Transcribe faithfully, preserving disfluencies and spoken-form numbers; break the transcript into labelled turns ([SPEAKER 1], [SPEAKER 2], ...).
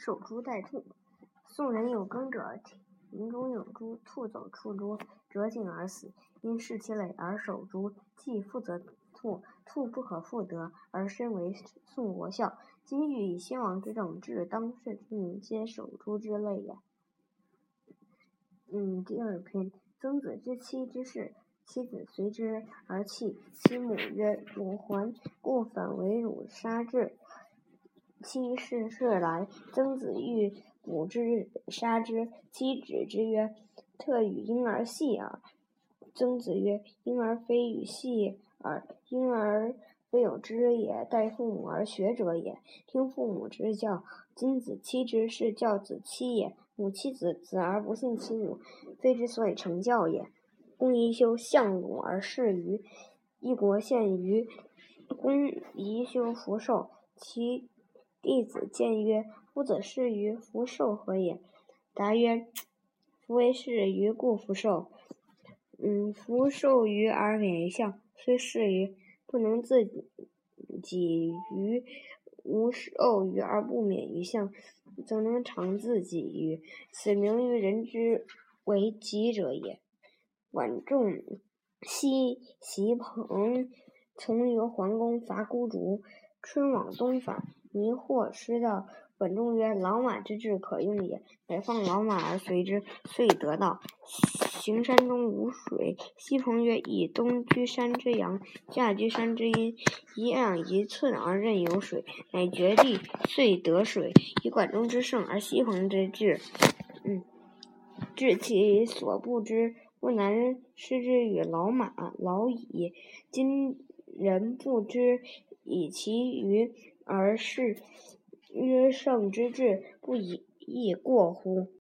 [SPEAKER 1] 守株待兔。宋人有耕者，庭中有株，兔走触株，折颈而死。因视其累而守株，既复则兔，兔不可复得，而身为宋国笑。今欲以先王之政治当世之民，皆守株之类也。嗯，第二篇，曾子之妻之事。妻子随之而泣，其母曰：“汝还，故反为汝杀之。”妻事事来，曾子欲捕之杀之，妻止之曰：“特与婴儿戏耳。”曾子曰：“婴儿非与戏耳，婴儿非有知也，待父母而学者也。听父母之教，今子欺之，是教子欺也。母欺子，子而不信其母，非之所以成教也。公宜修相鲁而事于一国，献于公宜修福寿。其弟子见曰：‘夫子事于福寿何也？’答曰：‘夫为事于故福寿。嗯，福寿于而免于相，虽事于不能自己于无寿于而不免于相，则能长自己于，此名于人之为己者也。’管仲西袭彭，从于桓公伐孤竹。春往东返，迷惑失道。管仲曰：“老马之志可用也。”乃放老马而随之，遂得道。行山中无水，西彭曰：“以东居山之阳，下居山之阴，以两一寸而任有水，乃决地，遂得水。以管仲之胜而西彭之智，嗯，治其所不知，不难施之与老马、老矣。今人不知以其愚，而是曰圣之治，不亦过乎？”